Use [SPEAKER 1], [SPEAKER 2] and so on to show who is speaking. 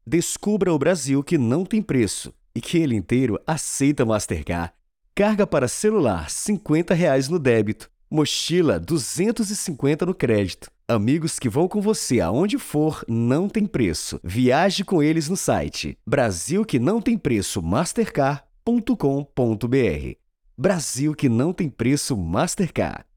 [SPEAKER 1] Descubra o Brasil que não tem preço e que ele inteiro aceita Mastercard. Carga para celular R$ 50 no débito. Mochila R$ 250 no crédito. Amigos que vão com você aonde for, não tem preço. Viaje com eles no site brasilquenãotempreço mastercard.com.br. Brasil que não tem preço Mastercard.